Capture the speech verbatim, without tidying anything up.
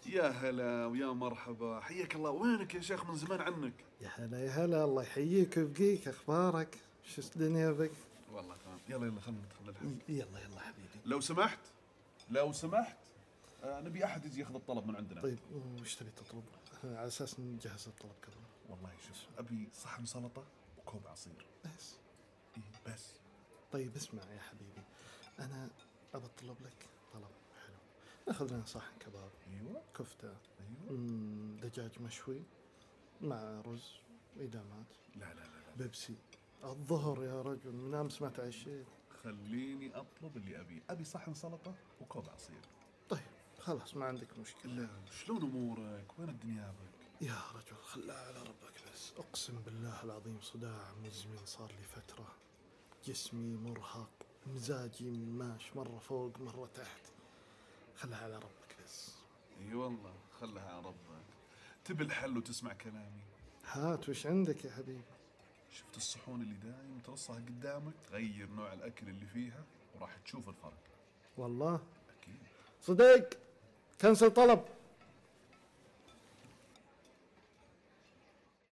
يا هلا ويا مرحبا، حياك الله. وينك يا شيخ؟ من زمان عنك. يا هلا يا هلا، الله يحييك ويبقيك. اخبارك؟ شو الدنيا بك؟ والله تمام. يلا يلا خلنا ندخل نلحق. يلا يلا حبيبي. لو سمحت لو سمحت آه نبي احد يجي ياخذ الطلب من عندنا. طيب وش تبي تطلب؟ على اساس نجهز الطلب قبل. والله شوف، ابي صحن سلطه وكوب عصير بس. إيه بس. طيب اسمع يا حبيبي، انا ابى اطلب لك طلب حلو. ناخذ لنا صحن كباب، ايوه كفته، ايوه. مم، دجاج مشوي مع رز وإدامات. لا لا لا لا، بيبسي. الظهر يا رجل، من امس ما تعشيت. خليني اطلب اللي ابي. ابي صحن سلطه وكوب عصير. طيب خلاص، ما عندك مشكله. لا، شلون امورك؟ وين الدنيا بك؟ يا رجل خلها على ربك بس. أقسم بالله العظيم صداع مزمن صار لي فترة، جسمي مرهق، مزاجي ماش مرة فوق مرة تحت. خلها على ربك بس. اي والله خلها على ربك. تبي الحل وتسمع كلامي. هات وش عندك يا حبيبي؟ شفت الصحون اللي دايم ترصها قدامك؟ غير نوع الاكل اللي فيها وراح تشوف الفرق. والله اكيد. صدق. كنسل طلب.